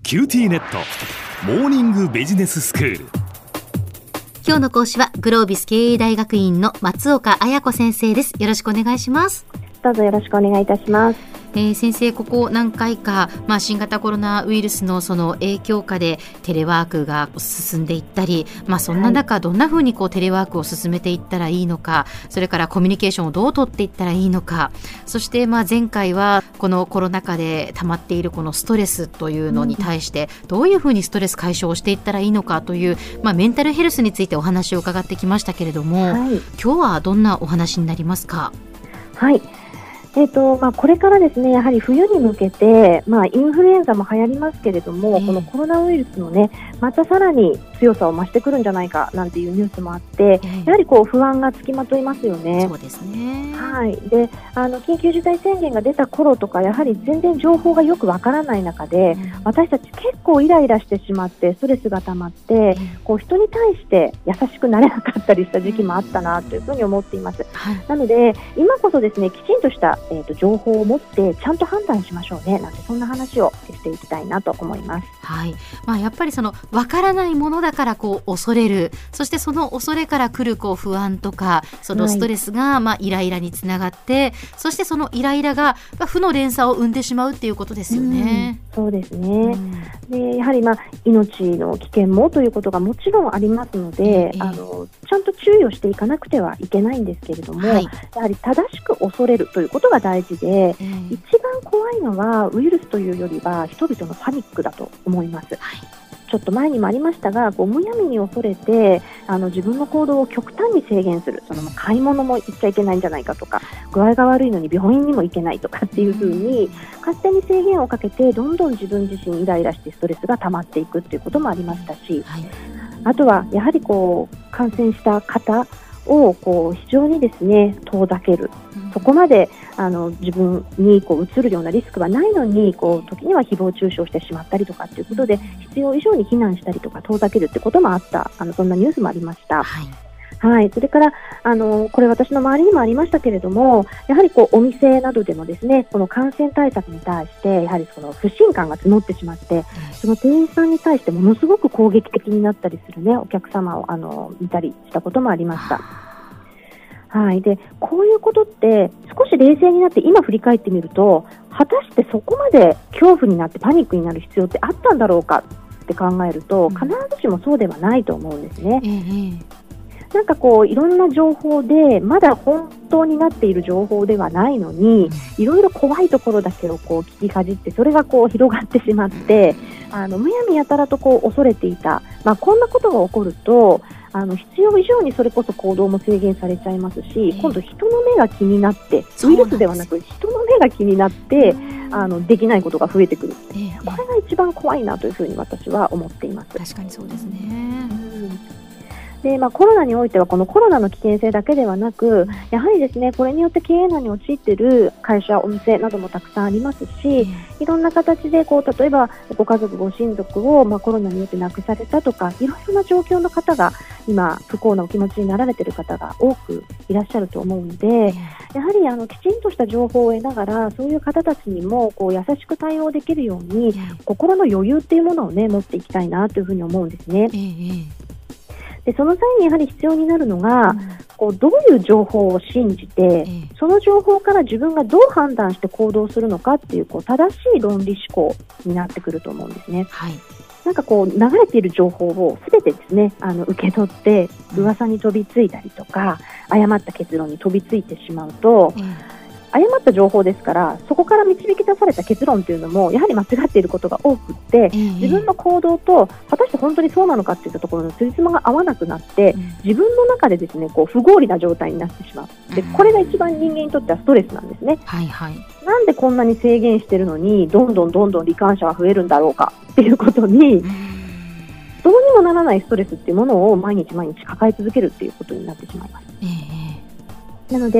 キューティーネットモーニングビジネススクール。 今日の講師はグロービス経営大学院の松岡綾子先生です。よろしくお願いします。 どうぞよろしくお願いいたします。 先生、ここ何回か、新型コロナウイルスのその影響下でテレワークが進んでいったり、そんな中どんな風にテレワークを進めていったらいいのか、それからコミュニケーションをどう取っていったらいいのか、そして前回はこのコロナ禍で溜まっているこのストレスというのに対してどういう風にストレス解消をしていったらいいのかという、メンタルヘルスについてお話を伺ってきましたけれども、今日はどんなお話になりますか？ はい、これからですね、やはり冬に向けて、インフルエンザも流行りますけれども、このコロナウイルスのね、またさらに強さを増してくるんじゃないかなんていうニュースもあって、やはり不安がつきまといますよね。 そうですね。 はい。で、緊急事態宣言が出た頃とか、やはり全然情報がよくわからない中で、私たち結構イライラしてしまって、ストレスが溜まって、人に対して優しくなれなかったりした時期もあったなというふうに思っています。なので、今こそですね、きちんとした情報を持ってちゃんと判断しましょうねなんて、そんな話をしていきたいなと思います。 はい。やっぱりその分からないものだから恐れる、そしてその恐れから来る不安とか、そのストレスがイライラにつながって、そしてそのイライラが負の連鎖を生んでしまうっていうことですよね。 そうですね。で、やはり命の危険もということがもちろんありますので、ちゃんと注意をしていかなくてはいけないんですけれども、やはり正しく恐れるということが大事で、一番怖いのはウイルスというよりは人々のパニックだと思います。ちょっと前にもありましたが、むやみに恐れて自分の行動を極端に制限する、買い物も行っちゃいけないんじゃないかとか、具合が悪いのに病院にも行けないとかっていう風に勝手に制限をかけて、どんどん自分自身イライラしてストレスが溜まっていくっていうこともありましたし、あとはやはり感染した方を非常にですね遠ざける、そこまで自分にうつるようなリスクはないのに、時には誹謗中傷してしまったりとかっていうことで、必要以上に非難したりとか遠ざけるってこともあった、そんなニュースもありました。それからこれ私の周りにもありましたけれども、やはりお店などでもですね、この感染対策に対してやはりその不信感が募ってしまって、その店員さんに対してものすごく攻撃的になったりするね、お客様を見たりしたこともありました。で、こういうことって少し冷静になって今振り返ってみると、果たしてそこまで恐怖になってパニックになる必要ってあったんだろうかって考えると、必ずしもそうではないと思うんですね。いろんな情報でまだ本当になっている情報ではないのに、いろいろ怖いところだけを聞きかじって、それが広がってしまって、むやみやたらと恐れていた、こんなことが起こると必要以上にそれこそ行動も制限されちゃいますし、今度人の目が気になって、ウイルスではなく人の目が気になってできないことが増えてくる、これが一番怖いなというふうに私は思っています。 確かにそうですね。 で、コロナにおいてはこのコロナの危険性だけではなく、やはりですね、これによって経営難に陥っている会社、お店などもたくさんありますし、いろんな形で例えばご家族、ご親族をコロナによって亡くされたとか、いろいろな状況の方が今不幸なお気持ちになられている方が多くいらっしゃると思うので、やはりきちんとした情報を得ながら、そういう方たちにも優しく対応できるように、心の余裕っていうものをね持っていきたいなというふうに思うんですね。で、その際にやはり必要になるのが、どういう情報を信じて、その情報から自分がどう判断して行動するのかっていう、正しい論理思考になってくると思うんですね。流れている情報を全てですね受け取って噂に飛びついたりとか、誤った結論に飛びついてしまうと、誤った情報ですから、そこから導き出された結論というのもやはり間違っていることが多くって、自分の行動と果たして本当にそうなのかといったところのつじつまが合わなくなって、自分の中でですね不合理な状態になってしまう。で、これが一番人間にとってはストレスなんですね。なんでこんなに制限しているのにどんどん罹患者は増えるんだろうかっていうことに、どうにもならないストレスっていうものを毎日抱え続けるっていうことになってしまいます。なので、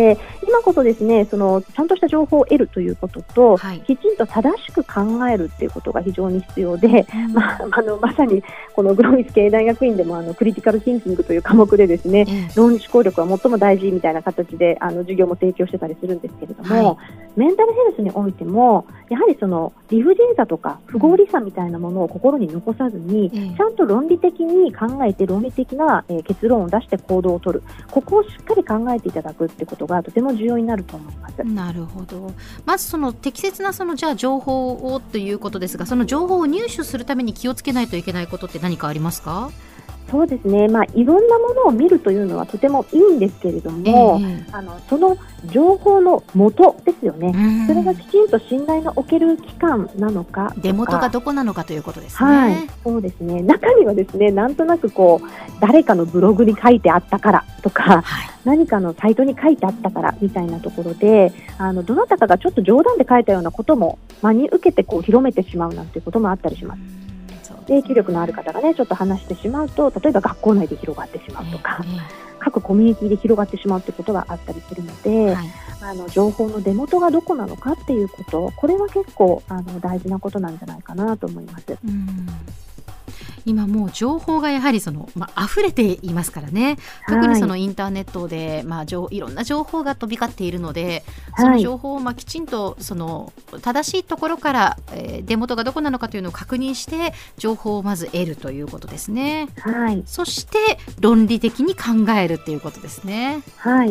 今こそですね、ちゃんとした情報を得るということと、 はい、 きちんと正しく考えるということが非常に必要で、まさにこのグロービス経営大学院でもクリティカルシンキングという科目でですね、論理思考力は最も大事みたいな形で授業も提供してたりするんですけれども、メンタルヘルスにおいてもやはり理不尽さとか不合理さみたいなものを心に残さずに、ちゃんと論理的に考えて論理的な結論を出して行動を取る、ここをしっかり考えていただくってことがとても重要になると思います。 なるほど。まず適切なじゃあ情報をということですが、その情報を入手するために気をつけないといけないことって何かありますか？ そうですね、いろんなものを見るというのはとてもいいんですけれども、その情報の元ですよね、それがきちんと信頼のおける機関なのかとか、 出元がどこなのかということですね。 はい、そうですね。中にはですね、なんとなく誰かのブログに書いてあったからとか、何かのサイトに書いてあったからみたいなところで、どなたかがちょっと冗談で書いたようなことも真に受けて広めてしまうなんていうこともあったりします。影響力のある方がねちょっと話してしまうと、例えば学校内で広がってしまうとか、各コミュニティで広がってしまうということがあったりするので、情報の出元がどこなのかっていうこと、これは結構大事なことなんじゃないかなと思います。 今もう情報がやはり溢れていますからね。特にインターネットで、いろんな情報が飛び交っているので、その情報をきちんと正しいところから、出元がどこなのかというのを確認して情報をまず得るということですね。そして論理的に考えるということですね。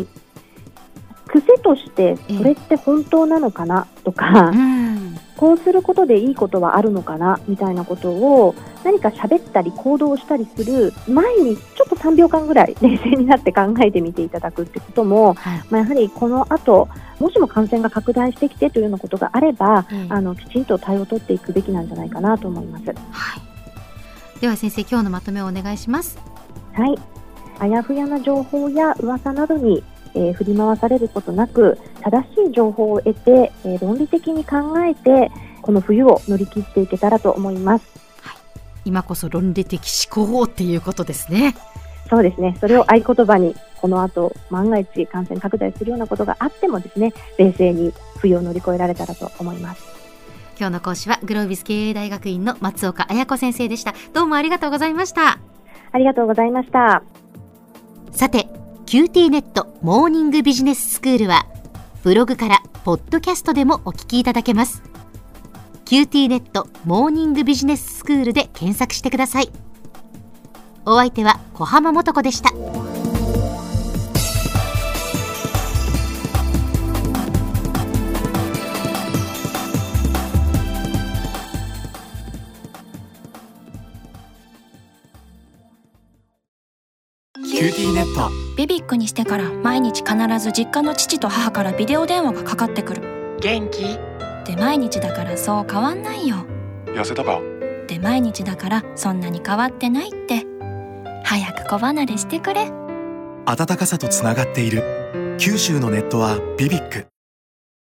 癖としてそれって本当なのかなとか、こうすることでいいことはあるのかなみたいなことを何か喋ったり行動したりする前にちょっと3秒間ぐらい冷静になって考えてみていただくってことも、やはりこの後もしも感染が拡大してきてというようなことがあれば、きちんと対応を取っていくべきなんじゃないかなと思います。 では先生、今日のまとめをお願いします。 あやふやな情報や噂などに振り回されることなく、正しい情報を得て、論理的に考えてこの冬を乗り切っていけたらと思います。 今こそ論理的思考っていうことですね。 そうですね。それを合言葉に、この後万が一感染拡大するようなことがあってもですね、冷静に冬を乗り越えられたらと思います。 今日の講師はグロービス経営大学院の松岡綾子先生でした。どうもありがとうございました。 ありがとうございました。 さて、QT ネットモーニングビジネススクールはブログからポッドキャストでもお聞きいただけます。 QT ネットモーニングビジネススクールで検索してください。お相手は小浜もとこでした。 QT ネットビビックにしてから毎日必ず実家の父と母からビデオ電話がかかってくる。 元気で毎日だからそう変わんないよ。 痩せたかで毎日だからそんなに変わってないって。早く子離れしてくれ。 温かさとつながっている九州のネットはビビック。